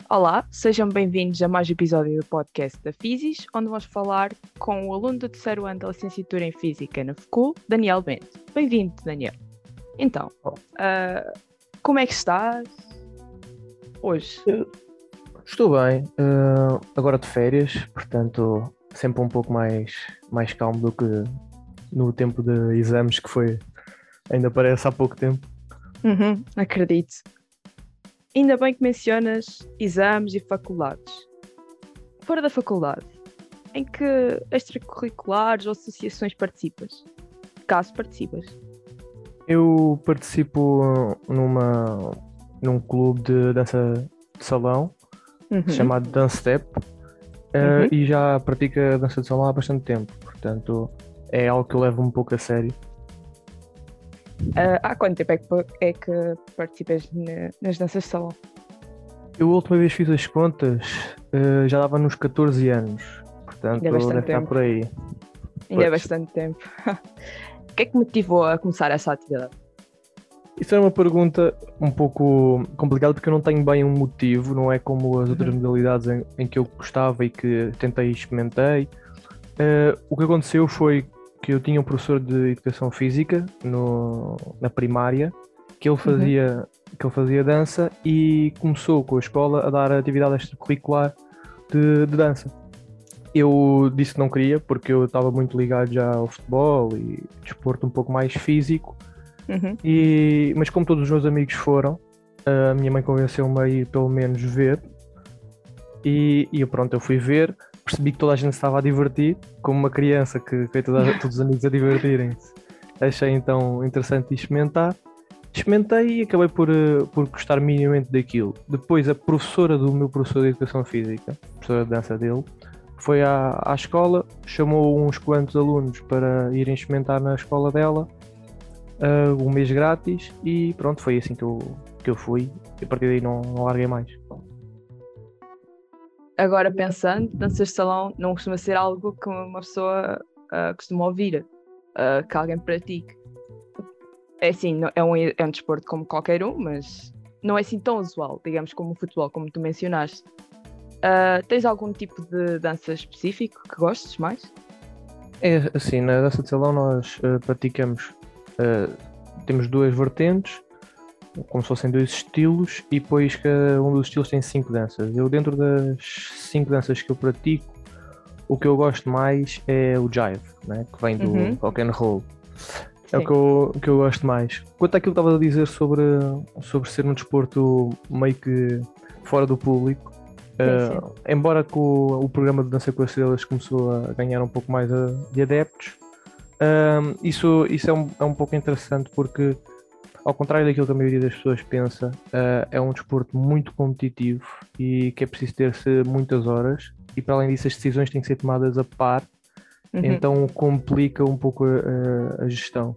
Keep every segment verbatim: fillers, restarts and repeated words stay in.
Olá, sejam bem-vindos a mais um episódio do podcast da Fisis, onde vamos falar com o aluno do terceiro ano da licenciatura em Física na F C U, Daniel Bento. Bem-vindo, Daniel. Então, uh, como é que estás hoje? Eu estou bem, uh, agora de férias, portanto sempre um pouco mais, mais calmo do que no tempo de exames, que foi, ainda parece há pouco tempo. Uhum, acredito. Ainda bem que mencionas exames e faculdades. Fora da faculdade, em que extracurriculares ou associações participas? Caso participas. Eu participo numa, num clube de dança de salão, Uhum. chamado Dance Step, uh, Uhum. e já pratico a dança de salão há bastante tempo, portanto é algo que eu levo um pouco a sério. Uh, há quanto tempo é que, é que participas na, nas danças de salão? Eu a última vez fiz as contas, uh, já dava nos catorze anos, portanto Ainda é bastante deve estar tempo. por aí. Ainda é Pois. bastante tempo. O que é que motivou a começar essa atividade? Isso é uma pergunta um pouco complicada, porque eu não tenho bem um motivo, não é como as outras Uhum. modalidades em, em que eu gostava e que tentei e experimentei. Uh, o que aconteceu foi que eu tinha um professor de Educação Física no, na primária, que ele, fazia, que ele fazia dança e começou com a escola a dar atividade extracurricular de, de dança. Eu disse que não queria, porque eu estava muito ligado já ao futebol e desporto um pouco mais físico. Uhum. E, mas como todos os meus amigos foram, a minha mãe convenceu-me a ir pelo menos ver, e, e eu, pronto, eu fui ver, percebi que toda a gente estava a divertir, como uma criança que vê toda, todos os amigos a divertirem-se. Achei então interessante experimentar, experimentei e acabei por, eh, por gostar minimamente daquilo. Depois a professora do meu professor de Educação Física, a professora de dança dele, foi à, à escola, chamou uns quantos alunos para irem experimentar na escola dela, Uh, um mês grátis, e pronto, foi assim que eu, que eu fui, e a partir daí não, não larguei mais. Agora pensando, danças de salão não costuma ser algo que uma pessoa uh, costuma ouvir, uh, que alguém pratique. É assim, não- é um, é um desporto como qualquer um, mas não é assim tão usual, digamos, como o futebol, como tu mencionaste. Uh, tens algum tipo de dança específico que gostes mais? É assim, na dança de salão nós uh, praticamos, uh, temos duas vertentes, como se fossem dois estilos, e depois cada um dos estilos tem cinco danças. Eu, dentro das cinco danças que eu pratico, o que eu gosto mais é o jive, né, que vem do Uhum. rock and roll. É o Sim. que eu, que eu gosto mais. Quanto àquilo que estavas a dizer sobre, sobre ser um desporto meio que fora do público, Sim, uh, embora que o, o programa de Dança com as Estrelas começou a ganhar um pouco mais a- de adeptos, um, isso, isso é, um, é um pouco interessante, porque, ao contrário daquilo que a maioria das pessoas pensa, uh, é um desporto muito competitivo e que é preciso ter-se muitas horas, e para além disso as decisões têm que ser tomadas a par, Uhum. então complica um pouco a, a- a gestão.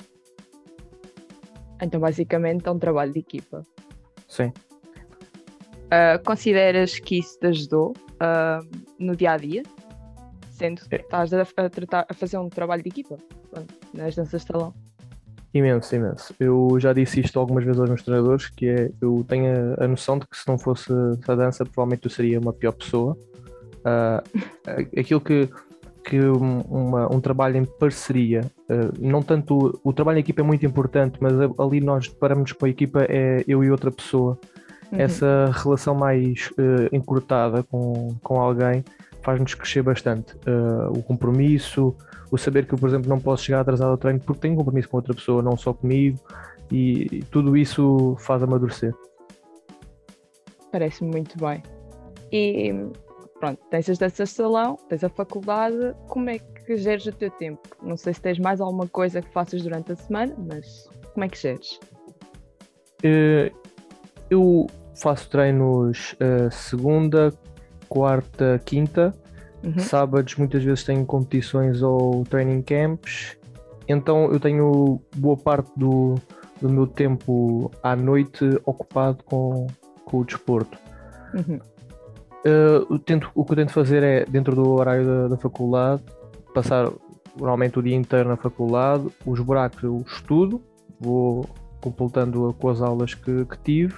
Então, basicamente, é um trabalho de equipa. Sim. Uh, consideras que isso te ajudou uh, no dia a dia? Sendo que É. estás a, a, tratar, a fazer um trabalho de equipa, pronto, nas danças de salão. Imenso, imenso. Eu já disse isto algumas vezes aos meus treinadores, que é, eu tenho a, a noção de que se não fosse a dança, provavelmente eu seria uma pior pessoa. Ah, aquilo que, que um, uma- um trabalho em parceria, ah, não tanto, o trabalho em equipa é muito importante, mas a- ali nós deparamos com a equipa, é eu e outra pessoa. Uhum. Essa relação mais ah, encurtada com, com alguém faz-nos crescer bastante. Ah, o compromisso, o saber que eu, por exemplo, não posso chegar atrasado ao treino porque tenho um compromisso com outra pessoa, não só comigo, e, e tudo isso faz amadurecer. Parece-me muito bem. E pronto, tens as danças de salão, tens a faculdade, como é que geres o teu tempo? Não sei se tens mais alguma coisa que faças durante a semana, mas como é que geres? Eh, Eu faço treinos eh, segunda, quarta, quinta, Uhum. sábados muitas vezes tenho competições ou training camps, então eu tenho boa parte do, do meu tempo à noite ocupado com, com o desporto. Uhum. Eh, eu tento- o que eu tento fazer é, dentro do horário da, da faculdade, passar normalmente o dia inteiro na faculdade. Os buracos eu estudo, vou completando com as aulas que, que tive.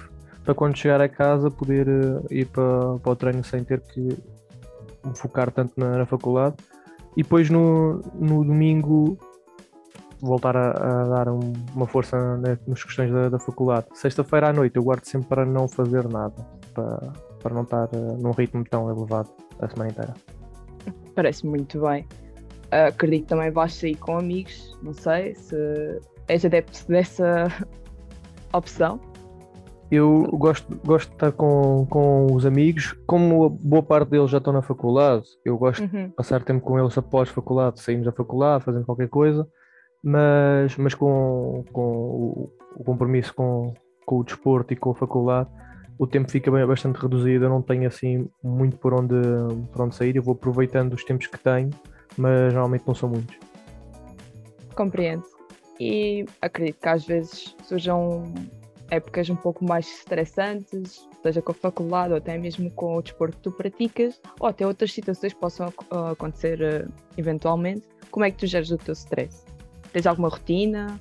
para quando chegar a casa poder uh, ir para, para o treino sem ter que me focar tanto na, na faculdade. E depois no, no domingo voltar a, a dar um, uma força, né, nas questões da, da faculdade. Sexta-feira à noite eu guardo sempre para não fazer nada, para, para não estar uh, num ritmo tão elevado a semana inteira. Parece muito bem. Uh, acredito que também vais sair com amigos, não sei se és adepto dessa opção. Eu gosto, gosto de estar com, com os amigos, como boa parte deles já estão na faculdade, eu gosto Uhum. de passar tempo com eles após faculdade, saímos da faculdade, fazendo qualquer coisa, mas, mas com, com o, o compromisso com, com o desporto e com a faculdade, o tempo fica bem, bastante reduzido, eu não tenho assim muito por onde, por onde sair, eu vou aproveitando os tempos que tenho, mas normalmente não são muitos. Compreendo. E acredito que às vezes surjam épocas um pouco mais estressantes, seja com a faculdade ou até mesmo com o desporto que tu praticas, ou até outras situações que possam uh, acontecer uh, eventualmente. Como é que tu geres o teu stress? Tens alguma rotina?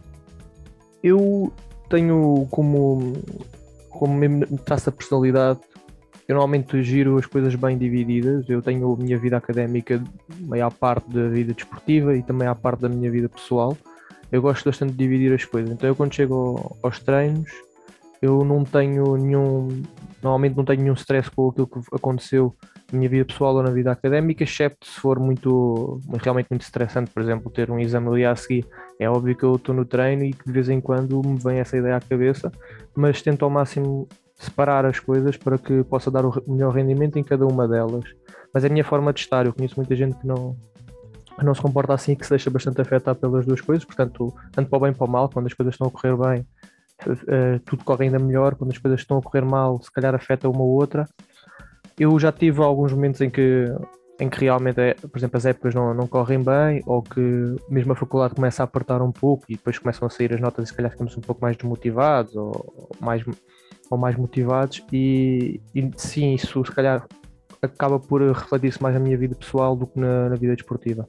Eu tenho como, como mesmo traço da personalidade, eu normalmente giro as coisas bem divididas. Eu tenho a minha vida académica meio à parte da vida desportiva e também à parte da minha vida pessoal. Eu gosto bastante de dividir as coisas. Então eu quando chego ao, aos treinos, eu não tenho nenhum, normalmente não tenho nenhum stress com aquilo que aconteceu na minha vida pessoal ou na vida académica, excepto se for muito, realmente muito estressante, por exemplo, ter um exame ali a seguir. É óbvio que eu estou no treino e que de vez em quando me vem essa ideia à cabeça, mas tento ao máximo separar as coisas para que possa dar o melhor rendimento em cada uma delas. Mas é a minha forma de estar. Eu conheço muita gente que não, que não se comporta assim e que se deixa bastante afetar pelas duas coisas, portanto, tanto para o bem como para o mal, quando as coisas estão a correr bem, Uh, tudo corre ainda melhor, quando as coisas estão a correr mal, se calhar afeta uma ou outra. Eu já tive alguns momentos em que, em que realmente, é, por exemplo, as épocas não, não correm bem, ou que mesmo a faculdade começa a apertar um pouco e depois começam a sair as notas e se calhar ficamos um pouco mais desmotivados ou mais, ou mais motivados e, e sim, isso se calhar acaba por refletir-se mais na minha vida pessoal do que na, na vida desportiva.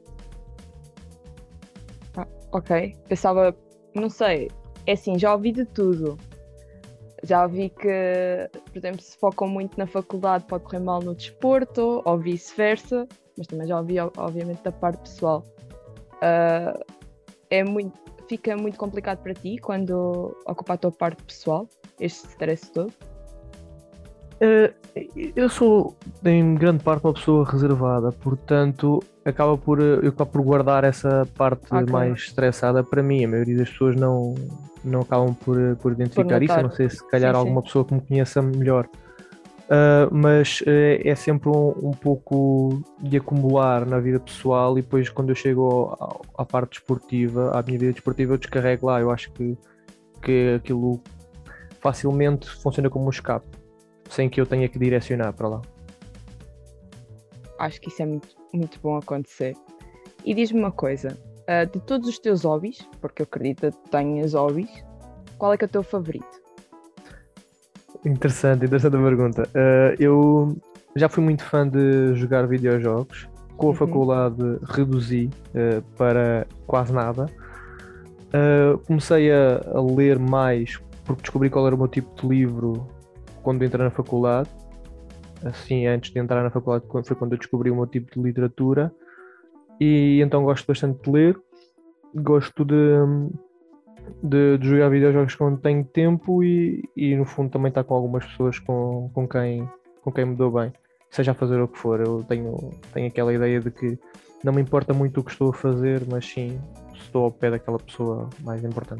Ah, ok, pensava, não sei. É assim, já ouvi de tudo. Já ouvi que, por exemplo, se focam muito na faculdade pode correr mal no desporto, ou vice-versa, mas também já ouvi, obviamente, da parte pessoal. Uh, é muito, fica muito complicado para ti quando ocupa a tua parte pessoal, este stress todo? Uh, eu sou, em grande parte, uma pessoa reservada, portanto, acaba por, eu acabo por guardar essa parte okay. mais estressada para mim. A maioria das pessoas não, não acabam por, por identificar por isso. Eu não sei se, se calhar, sim, alguma sim. pessoa que me conheça melhor. Uh, mas uh, é sempre um, um pouco de acumular na vida pessoal e depois, quando eu chego ao, à parte desportiva, à minha vida desportiva, eu descarrego lá. Eu acho que, que aquilo facilmente funciona como um escape, sem que eu tenha que direcionar para lá. Acho que isso é muito, muito bom acontecer. E diz-me uma coisa, uh, de todos os teus hobbies, porque eu acredito que tenhas hobbies, qual é que é o teu favorito? Interessante, interessante a pergunta. Uh, eu já fui muito fã de jogar videojogos. Com a uhum. faculdade reduzi uh, para quase nada. Uh, comecei a, a ler mais porque descobri qual era o meu tipo de livro quando entrei na faculdade. Assim, antes de entrar na faculdade foi quando eu descobri o meu tipo de literatura e então gosto bastante de ler, gosto de, de, de jogar videojogos quando tenho tempo e, e no fundo também estar com algumas pessoas com, com, quem, com quem me dou bem, seja a fazer o que for. Eu tenho, tenho aquela ideia de que não me importa muito o que estou a fazer, mas sim se estou ao pé daquela pessoa mais importante.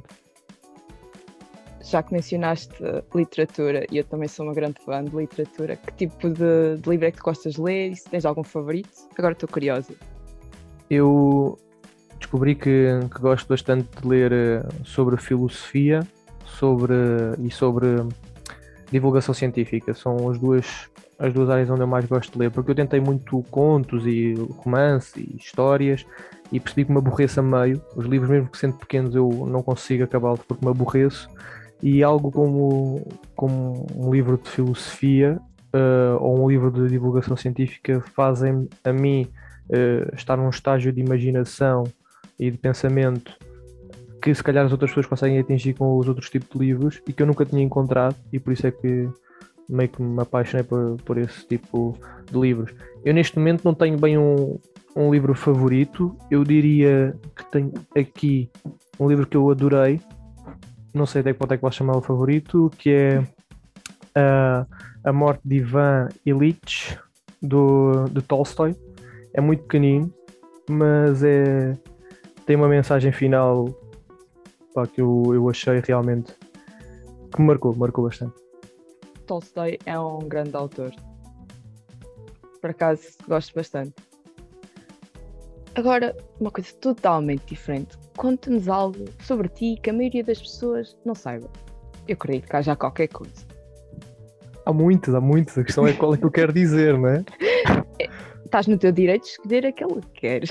Já que mencionaste literatura, e eu também sou uma grande fã de literatura, que tipo de, de livro é que tu gostas de ler e se tens algum favorito? Agora estou curiosa. Eu descobri que, que gosto bastante de ler sobre filosofia sobre, e sobre divulgação científica. São as duas, as duas áreas onde eu mais gosto de ler, porque eu tentei muito contos e romance e histórias e percebi que me aborreço a meio. Os livros, mesmo que sendo pequenos, eu não consigo acabá-los porque me aborreço. E algo como, como um livro de filosofia uh, ou um livro de divulgação científica fazem a mim uh, estar num estágio de imaginação e de pensamento que se calhar as outras pessoas conseguem atingir com os outros tipos de livros e que eu nunca tinha encontrado, e por isso é que meio que me apaixonei por, por esse tipo de livros. Eu neste momento não tenho bem um, um livro favorito, eu diria que tenho aqui um livro que eu adorei, não sei até que ponto é que posso chamar o favorito, que é uh, A Morte de Ivan Ilitch, do, de Tolstói. É muito pequenino, mas é, tem uma mensagem final, pá, que eu, eu achei realmente que me marcou, marcou bastante. Tolstói é um grande autor. Por acaso, gosto bastante. Agora, uma coisa totalmente diferente. Conta-nos algo sobre ti que a maioria das pessoas não saiba. Eu acredito que haja qualquer coisa. Há muitos, há muitos. A questão é qual é que eu quero dizer, não é? Estás no teu direito de escolher aquele que queres.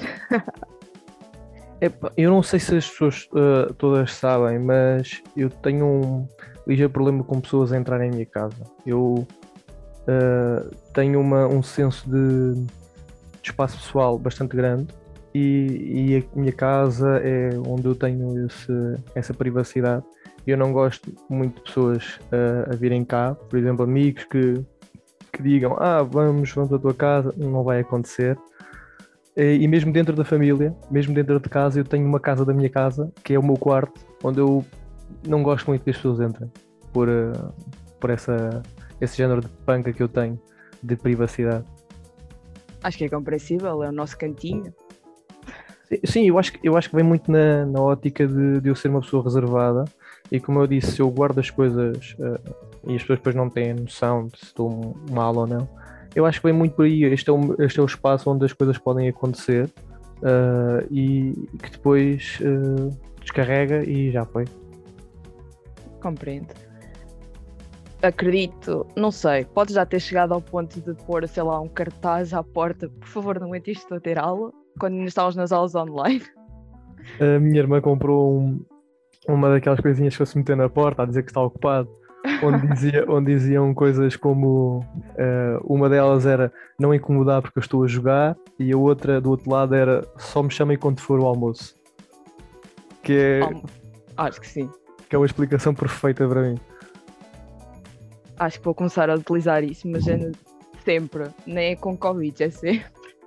Epá, eu não sei se as pessoas uh, todas sabem, mas eu tenho um ligeiro problema com pessoas a entrarem em minha casa. Eu uh, tenho uma, um senso de, de espaço pessoal bastante grande e, e a minha casa é onde eu tenho esse, essa privacidade. Eu não gosto muito de pessoas uh, a virem cá, por exemplo, amigos que, que digam, ah, vamos, vamos à tua casa, não vai acontecer. E mesmo dentro da família, mesmo dentro de casa, eu tenho uma casa da minha casa, que é o meu quarto, onde eu não gosto muito que as pessoas entrem, por, uh, por essa, esse género de panca que eu tenho de privacidade. Acho que é compreensível, é o nosso cantinho. Sim, eu acho, eu acho que vem muito na, na ótica de, de eu ser uma pessoa reservada e, como eu disse, se eu guardo as coisas uh, e as pessoas depois não têm noção de se estou mal ou não, eu acho que vem muito por aí. Este é o, este é o espaço onde as coisas podem acontecer uh, e que depois uh, descarrega e já foi. Compreendo. Acredito, não sei, podes já ter chegado ao ponto de pôr, sei lá, um cartaz à porta, por favor, não entre, estou a ter aula, quando ainda estávamos nas aulas online. A minha irmã comprou um, uma daquelas coisinhas que fosse meter na porta a dizer que está ocupado, onde, dizia, onde diziam coisas como uh, uma delas era não incomodar porque eu estou a jogar e a outra do outro lado era só me chamem quando for o almoço, que é, Oh, acho que sim. que é uma explicação perfeita para mim. Acho que vou começar a utilizar isso, mas é sempre, nem é com Covid, é sempre.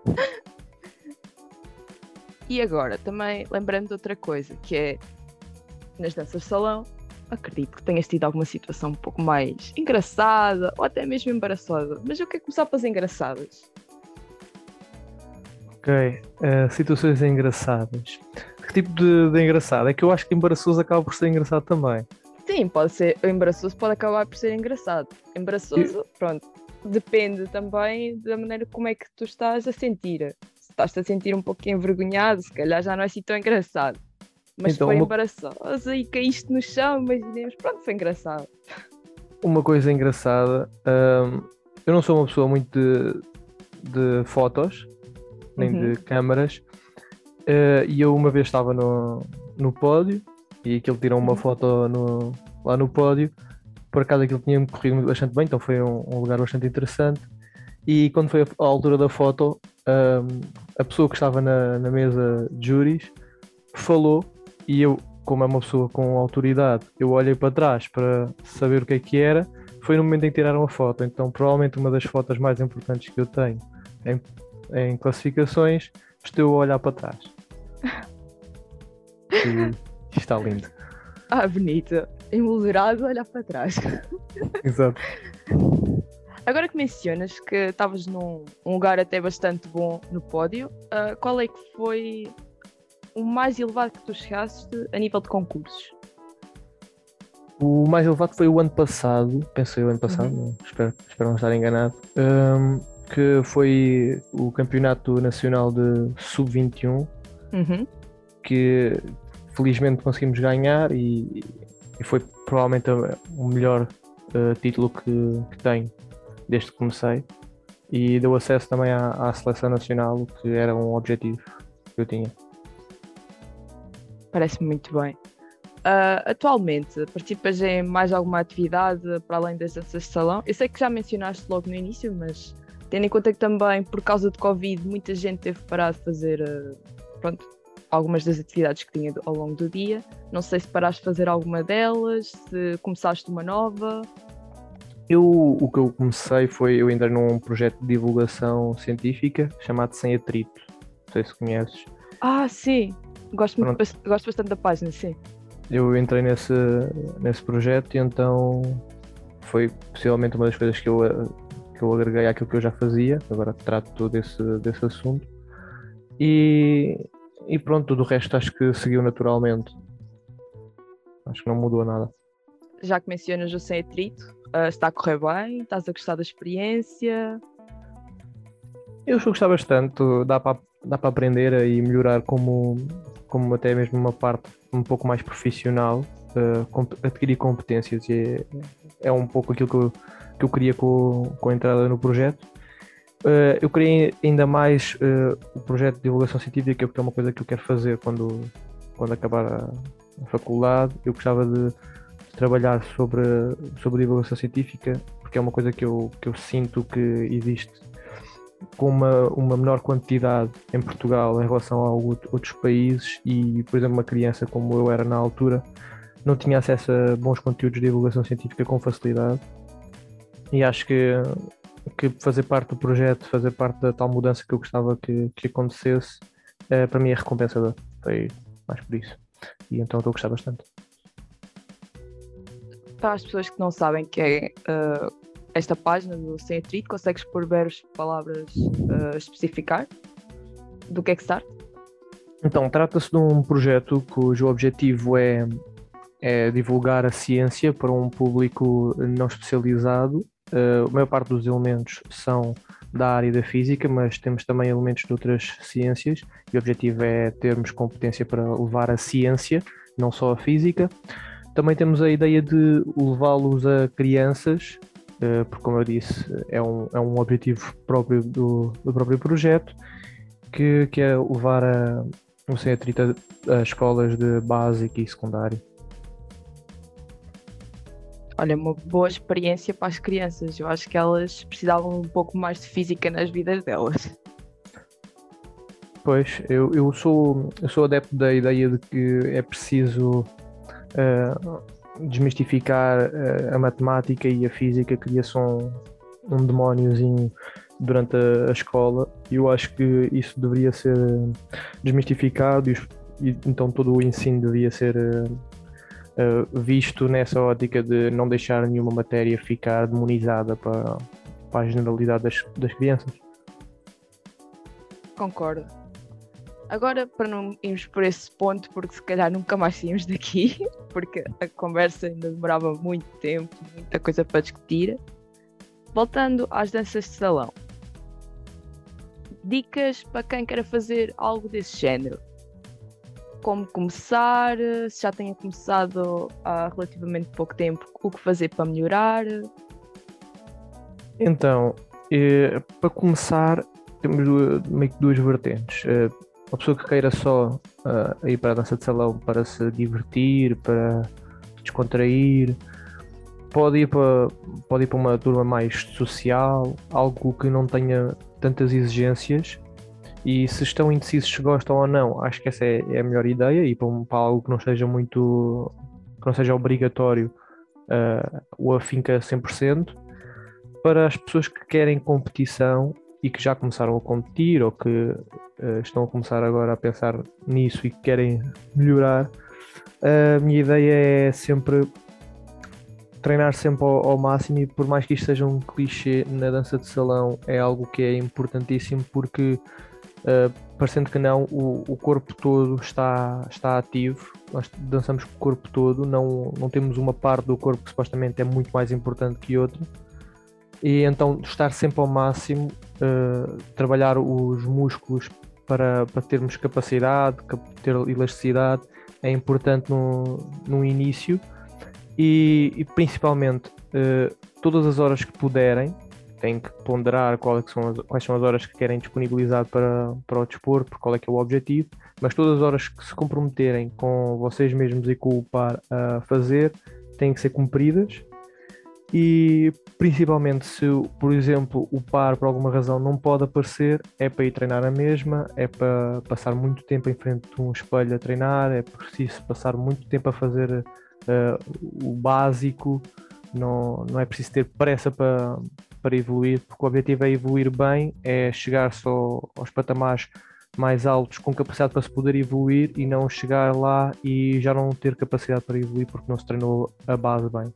E agora, também lembrando de outra coisa, que é nas danças de salão, acredito que tenhas tido alguma situação um pouco mais engraçada ou até mesmo embaraçosa, mas eu quero começar pelas engraçadas. Ok, uh, situações engraçadas. Que tipo de, de engraçado? É que eu acho que embaraçoso acaba por ser engraçado também. Sim, pode ser, embaraçoso pode acabar por ser engraçado. Embaraçoso, pronto, depende também da maneira como é que tu estás a sentir. Se estás-te a sentir um pouquinho envergonhado, se calhar já não é assim tão engraçado. Mas Então, se for uma- embaraçosa e caíste no chão, imaginemos, pronto, foi engraçado. Uma coisa engraçada, hum, eu não sou uma pessoa muito de, de fotos, nem Uhum. de câmaras, uh, e eu uma vez estava no, no pódio e aquilo tirou uma Uhum. foto no- lá no pódio. Por acaso aquilo tinha-me corrido bastante bem, então foi um, um lugar bastante interessante. E quando foi a, a altura da foto, hum, a pessoa que estava na, na mesa de júris falou e eu, como é uma pessoa com autoridade, eu olhei para trás para saber o que é que era. Foi no momento em que tiraram a foto, então provavelmente uma das fotos mais importantes que eu tenho em, em classificações, estou a olhar para trás. E está lindo. Ah, bonito. Emoldurado, olhar para trás. Exato. Agora que mencionas que estavas num um lugar até bastante bom no pódio, ah, qual é que foi o mais elevado que tu chegaste a nível de concursos? O mais elevado foi o ano passado, pensei o ano passado, Uhum. não, espero, espero não estar enganado, hum, que foi o Campeonato Nacional de sub vinte e um, Uhum. que felizmente conseguimos ganhar e, e foi provavelmente a- o melhor uh, título que, que tenho desde que comecei, e deu acesso também à, à seleção nacional, que era um objetivo que eu tinha. Parece-me muito bem. Ah, atualmente, participas em mais alguma atividade para além das danças de salão? Eu sei que já mencionaste logo no início, mas tendo em conta que também, por causa de Covid, muita gente teve parado de fazer ah, pronto, algumas das atividades que tinha ao longo do dia. Não sei se paraste de fazer alguma delas, se começaste uma nova. Eu, o que eu comecei foi, eu entrei num projeto de divulgação científica chamado Sem Atrito. Não sei se conheces. Ah, sim. Gosto, muito, Pronto, bas- gosto bastante da página, sim. eu entrei nesse, nesse projeto e então foi possivelmente uma das coisas que eu, eh, que eu agreguei àquilo que eu já fazia. Agora trato todo desse, desse assunto. E, e pronto, tudo o resto acho que seguiu naturalmente. Acho que não mudou nada. Já que mencionas o Sem Atrito, ah, está a correr bem? Estás a gostar da experiência? Eu estou a gostar bastante, dá para dá para aprender e melhorar como, como até mesmo uma parte um pouco mais profissional, eh, comp- adquirir competências e é, é um pouco aquilo que eu, que eu queria com, com a entrada no projeto. Eh, eu queria ainda mais eh, o projeto de divulgação científica, porque é uma coisa que eu quero fazer quando, quando acabar a, a faculdade. Eu gostava de trabalhar sobre, sobre divulgação científica, porque é uma coisa que eu, que eu sinto que existe com uma, uma menor quantidade em Portugal em relação a out- outros países e, por exemplo, uma criança como eu era na altura não tinha acesso a bons conteúdos de divulgação científica com facilidade e acho que, que fazer parte do projeto, fazer parte da tal mudança que eu gostava que, que acontecesse, eh, para mim é recompensador. Foi mais por isso. E então estou a gostar bastante. Para as pessoas que não sabem que é ah, esta página do Sem Atrito, consegues por breves palavras ah, especificar do que é que se trata? Então, trata-se de um projeto cujo objetivo é, é divulgar a ciência para um público não especializado. Uh, a maior parte dos elementos são da área da física, mas temos também elementos de outras ciências e o objetivo é termos competência para levar a ciência, não só a física. Também temos a ideia de levá-los a crianças, uh, porque, como eu disse, é um, é um objetivo próprio do, do próprio projeto, que, que é levar a, o Sem Atrito a, a escolas de básico e secundário. Olha, uma boa experiência para as crianças. Eu acho que elas precisavam um pouco mais de física nas vidas delas. Pois, eu, eu, sou, eu sou adepto da ideia de que é preciso uh, desmistificar uh, a matemática e a física, que lhe são um demóniozinho durante a, a escola. E eu acho que isso deveria ser desmistificado e, os, e então todo o ensino deveria ser uh, uh, visto nessa ótica de não deixar nenhuma matéria ficar demonizada para, para a generalidade das, das crianças. Concordo. Agora, para não irmos por esse ponto, porque se calhar nunca mais saímos daqui, porque a conversa ainda demorava muito tempo, muita coisa para discutir. Voltando às danças de salão. Dicas para quem queira fazer algo desse género. Como começar, se já tenha começado há relativamente pouco tempo, o que fazer para melhorar. Então, eh, para começar, temos duas, meio que duas vertentes. Eh, uma pessoa que queira só uh, ir para a dança de salão para se divertir, para descontrair, pode ir para, pode ir para uma turma mais social, algo que não tenha tantas exigências. E se estão indecisos se gostam ou não, acho que essa é, é a melhor ideia, e para, um, para algo que não seja muito, que não seja obrigatório, uh, o afinca cem por cento. Para as pessoas que querem competição e que já começaram a competir ou que uh, estão a começar agora a pensar nisso e que querem melhorar, a minha ideia é sempre treinar sempre ao, ao máximo, e por mais que isto seja um clichê, na dança de salão é algo que é importantíssimo, porque uh, parecendo que não, o, o corpo todo está, está ativo. Nós dançamos com o corpo todo, não, não temos uma parte do corpo que supostamente é muito mais importante que outra. E então estar sempre ao máximo, uh, trabalhar os músculos para, para termos capacidade, ter elasticidade, é importante no, no início. E, e principalmente, uh, todas as horas que puderem, têm que ponderar qual é que são as, quais são as horas que querem disponibilizar para, para o desporto, qual é que é o objetivo, mas todas as horas que se comprometerem com vocês mesmos e com o par a fazer, têm que ser cumpridas. E principalmente se, por exemplo, o par por alguma razão não pode aparecer, é para ir treinar a mesma, é para passar muito tempo em frente de um espelho a treinar, é preciso passar muito tempo a fazer uh, o básico, Não, não é preciso ter pressa para, para evoluir, porque o objetivo é evoluir bem, é chegar só aos patamares mais altos com capacidade para se poder evoluir e não chegar lá e já não ter capacidade para evoluir porque não se treinou a base bem.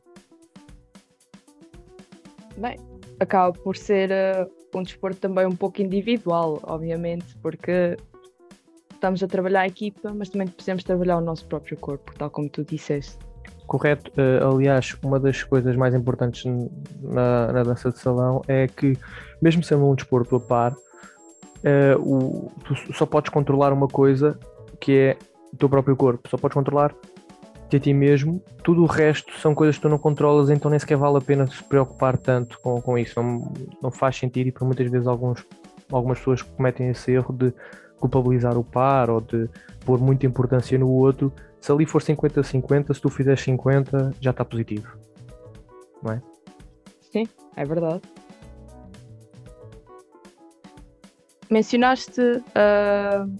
Bem, acaba por ser uh, um desporto também um pouco individual, obviamente, porque estamos a trabalhar a equipa, mas também precisamos trabalhar o nosso próprio corpo, tal como tu disseste. Correto. Uh, aliás, uma das coisas mais importantes na, na dança de salão é que, mesmo sendo um desporto a par, uh, o, tu só podes controlar uma coisa, que é o teu próprio corpo. Só podes controlar a ti mesmo. Tudo o resto são coisas que tu não controlas, então nem sequer vale a pena se preocupar tanto com, com isso. Não, não faz sentido, e por muitas vezes alguns, algumas pessoas cometem esse erro de culpabilizar o par ou de pôr muita importância no outro. Se ali for cinquenta a cinquenta, se tu fizeres cinquenta, já está positivo, não é? Sim, é verdade. Mencionaste uh,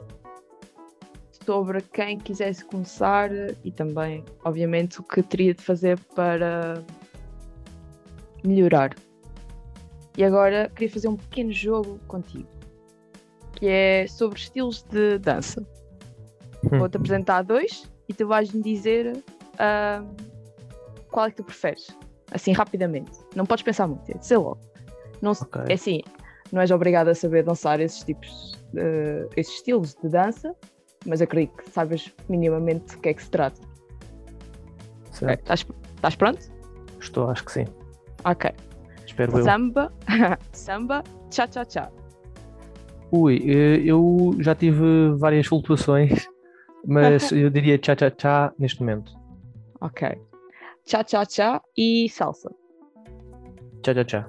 sobre quem quisesse começar e também, obviamente, o que teria de fazer para melhorar. E agora queria fazer um pequeno jogo contigo, que é sobre estilos de dança. Vou-te apresentar dois e tu vais-me dizer uh, qual é que tu preferes. Assim, rapidamente. Não podes pensar muito, é dizer logo. Não, okay. É assim, não és obrigado a saber dançar esses tipos, uh, esses estilos de dança, mas acredito que saibas minimamente do que é que se trata. Certo. Estás okay. pronto? Estou, acho que sim. Ok. Espero eu. Samba, samba, cha-cha-cha. Ui, eu já tive várias flutuações, mas eu diria cha-cha-cha neste momento. Ok. Cha-cha-cha e salsa. Cha-cha-cha.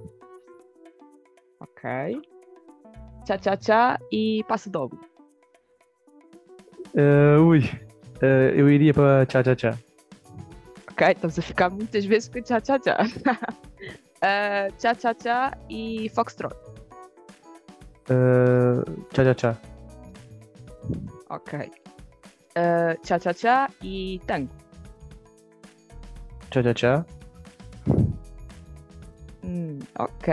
Ok. Cha-cha-cha e passo doble. Uh, ui, uh, eu iria para cha-cha-cha. Ok, estamos a ficar muitas vezes com cha-cha-cha. uh, cha-cha-cha e foxtrot. Uh, cha-cha-cha. Ok. Uh, cha-cha-cha e tango. Cha-cha-cha. Hum, ok.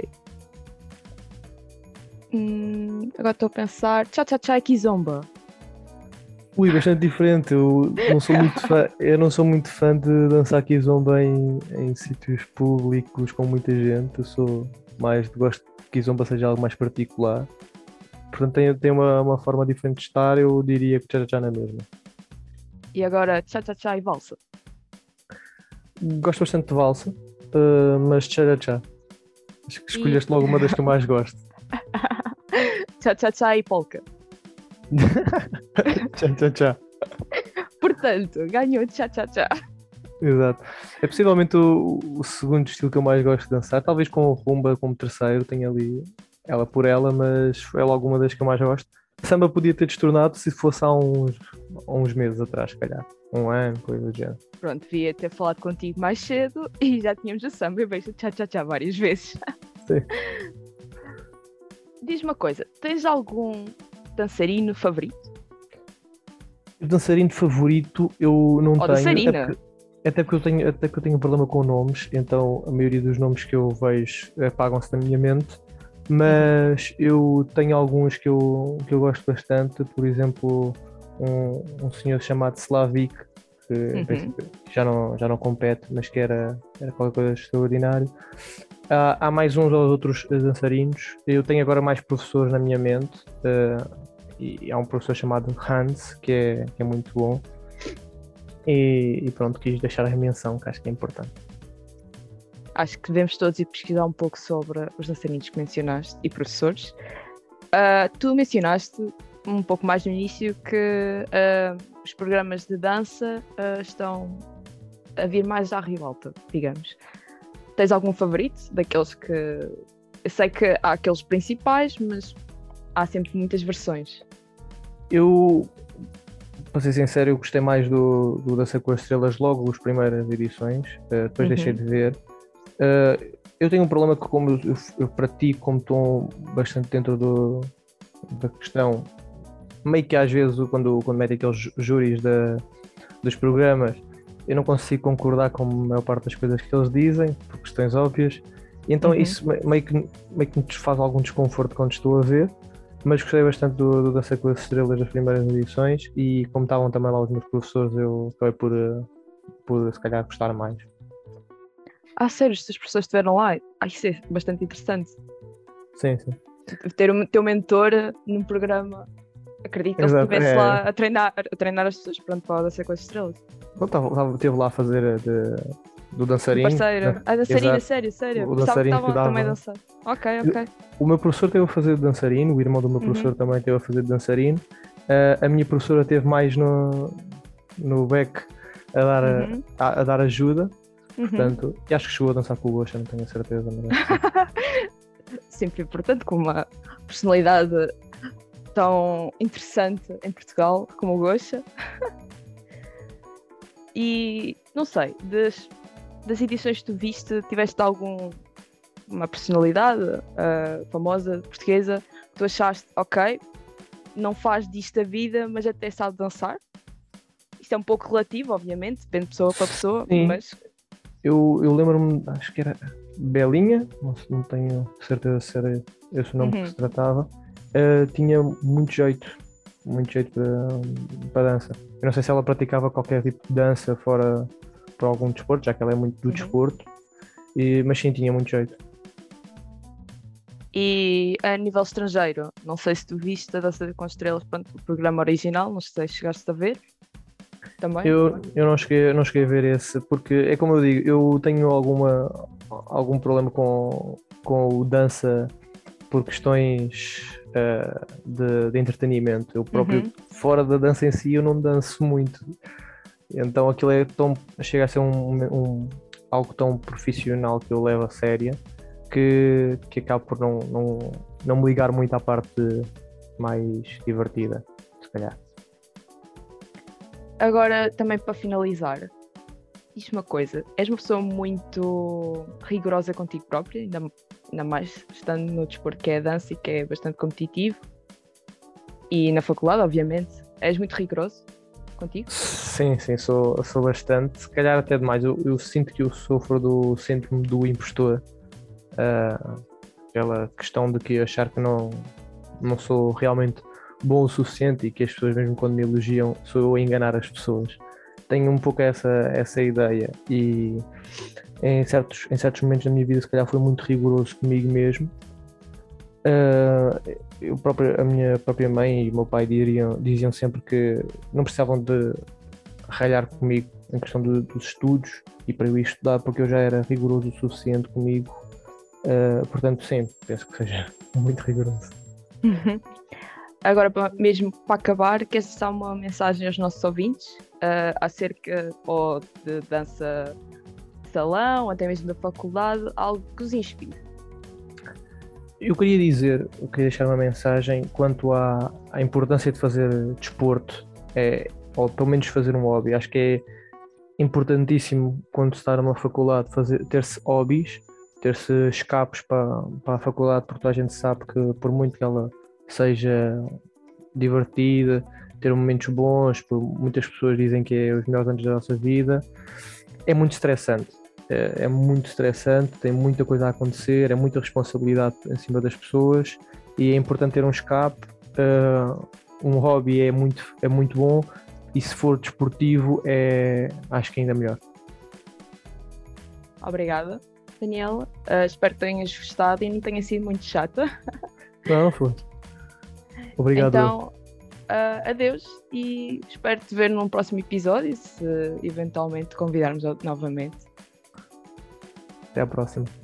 Hum, agora estou a pensar. Cha-cha-cha e kizomba. Ui, bastante diferente. Eu não sou muito fã, eu não sou muito fã de dançar kizomba em, em sítios públicos com muita gente. Eu sou mais, gosto que kizomba seja algo mais particular. Portanto, tem, tem uma, uma forma diferente de estar. Eu diria que cha-cha-cha na mesma. E agora cha-cha-cha e valsa. Gosto bastante de valsa, uh, mas cha-cha-cha. Acho que escolheste e... logo uma das que eu mais gosto. Cha-cha-cha e polka. Cha-cha-cha. Portanto, ganhou cha-cha-cha. Exato. É possivelmente o, o segundo estilo que eu mais gosto de dançar. Talvez com o rumba como terceiro, tenho ali ela por ela, mas é logo uma das que eu mais gosto. Samba podia ter destornado se fosse há uns, há uns meses atrás, se calhar. Um ano, coisa do género. Pronto, devia ter falado contigo mais cedo e já tínhamos a samba e vejo cha-cha-cha várias vezes. Sim. Diz-me uma coisa, tens algum dançarino favorito? Dançarino favorito eu não Ou tenho. dançarina? Até porque, até porque eu tenho, até porque eu tenho um problema com nomes, então a maioria dos nomes que eu vejo apagam-se da minha mente. Mas eu tenho alguns que eu, que eu gosto bastante, por exemplo, um, um senhor chamado Slavik, que uhum. já, não, já não compete, mas que era, era qualquer coisa extraordinário. Há, há mais uns ou outros dançarinos. Eu tenho agora mais professores na minha mente, uh, e há um professor chamado Hans, que é, que é muito bom. E, e pronto, quis deixar a menção, que acho que é importante. Acho que devemos todos ir pesquisar um pouco sobre os dançarinos que mencionaste e professores. Uh, tu mencionaste um pouco mais no início que uh, os programas de dança uh, estão a vir mais à ribalta, digamos. Tens algum favorito daqueles que... Eu sei que há aqueles principais, mas há sempre muitas versões. Eu, para ser sincero, eu gostei mais do, do Dança com as Estrelas logo, as primeiras edições. Uh, depois uhum. deixei de ver. Uh, eu tenho um problema que como eu, eu, eu pratico, como estou bastante dentro do, da questão, meio que às vezes quando, quando metem aqueles júris da, dos programas, eu não consigo concordar com a maior parte das coisas que eles dizem, por questões óbvias, e então Uhum. isso me- meio que, meio que me faz algum desconforto quando estou a ver, mas gostei bastante do, do Dança com as Estrelas das primeiras edições, e como estavam também lá os meus professores, eu acabei por, eh, por se calhar gostar mais. Ah, sério, as pessoas estiveram lá? Ah, isso é bastante interessante. Sim, sim. Ter o teu mentor num programa. Acredito que ele Exato, estivesse é. lá a treinar, a treinar as pessoas, pronto, para Dança com as Estrelas. Ele estava, estava- esteve lá a fazer eh, de, do O dançarino. parceiro. né? Ah, dançarina, Exato. sério, sério. O Pensava que dançarino estavam também a cuidava. dançar. Ok, ok. O meu professor teve a fazer de dançarino, o irmão do meu Uhum. professor também teve a fazer de dançarino. Uh, a minha professora teve mais no, no back a dar, a- Uhum. a, a dar ajuda, Uhum. portanto, e acho que chegou a dançar com o Gosha, não tenho a certeza. Mas acho que sim. Sempre importante, com uma personalidade tão interessante em Portugal como o Gosha. E não sei, das, das edições que tu viste, tiveste algum uma personalidade uh, famosa portuguesa que tu achaste, ok, não faz disto a vida, mas até sabe dançar? Isto é um pouco relativo, obviamente, depende de pessoa para pessoa, Sim. mas Eu, eu lembro-me, acho que era Belinha, não, não tenho certeza se era esse o nome Uhum. que se tratava, uh, tinha muito jeito, muito jeito para, para dança. Eu não sei se ela praticava qualquer tipo de dança fora para algum desporto, já que ela é muito do Uhum. desporto, e, mas sim, tinha muito jeito. E a nível estrangeiro, não sei se tu viste a Dança com as Estrelas, pronto, o programa original, não sei se chegaste a ver também. Eu, eu não cheguei, não cheguei a ver esse, porque é como eu digo, eu tenho alguma, algum problema com, com o dança por questões uh, de, de entretenimento. Eu próprio, Uhum. fora da dança em si, eu não danço muito. Então aquilo é tão, chega a ser um, um, algo tão profissional que eu levo a sério que, que acabo por não, não, não me ligar muito à parte mais divertida, se calhar. Agora, também para finalizar, diz-me uma coisa, és uma pessoa muito rigorosa contigo própria, ainda, ainda mais estando no desporto que é a dança e que é bastante competitivo, e na faculdade, obviamente, és muito rigoroso contigo? Sim, sim, sou, sou bastante, se calhar até demais. Eu, eu sinto que eu sofro do síndrome do impostor, uh, aquela questão de que achar que não, não sou realmente bom o suficiente e que as pessoas, mesmo quando me elogiam, sou eu a enganar as pessoas. Tenho um pouco essa, essa ideia e em certos, em certos momentos da minha vida, se calhar, fui muito rigoroso comigo mesmo. Uh, eu próprio, a minha própria mãe e o meu pai diriam, diziam sempre que não precisavam de ralhar comigo em questão de, dos estudos e para eu ir estudar, porque eu já era rigoroso o suficiente comigo. Uh, portanto, sim, penso que seja muito rigoroso. Uhum. Agora, mesmo para acabar, queres deixar uma mensagem aos nossos ouvintes uh, acerca ou de dança de salão, até mesmo da faculdade, algo que os inspire? Eu queria dizer, eu queria deixar uma mensagem quanto à, à importância de fazer desporto, é, ou pelo menos fazer um hobby. Acho que é importantíssimo quando se está numa faculdade fazer, ter-se hobbies, ter-se escapes para, para a faculdade, porque toda a gente sabe que por muito que ela seja divertida, ter momentos bons, por muitas pessoas dizem que é os melhores anos da nossa vida, é muito estressante. É, é muito estressante, tem muita coisa a acontecer, é muita responsabilidade em cima das pessoas e é importante ter um escape. Uh, um hobby é muito, é muito bom e se for desportivo é, acho que ainda melhor. Obrigada, Daniela. Uh, espero que tenhas gostado e não tenha sido muito chata. Não, não foi. Obrigado. Então, uh, adeus e espero te ver num próximo episódio, se eventualmente convidarmos novamente. Até à próxima.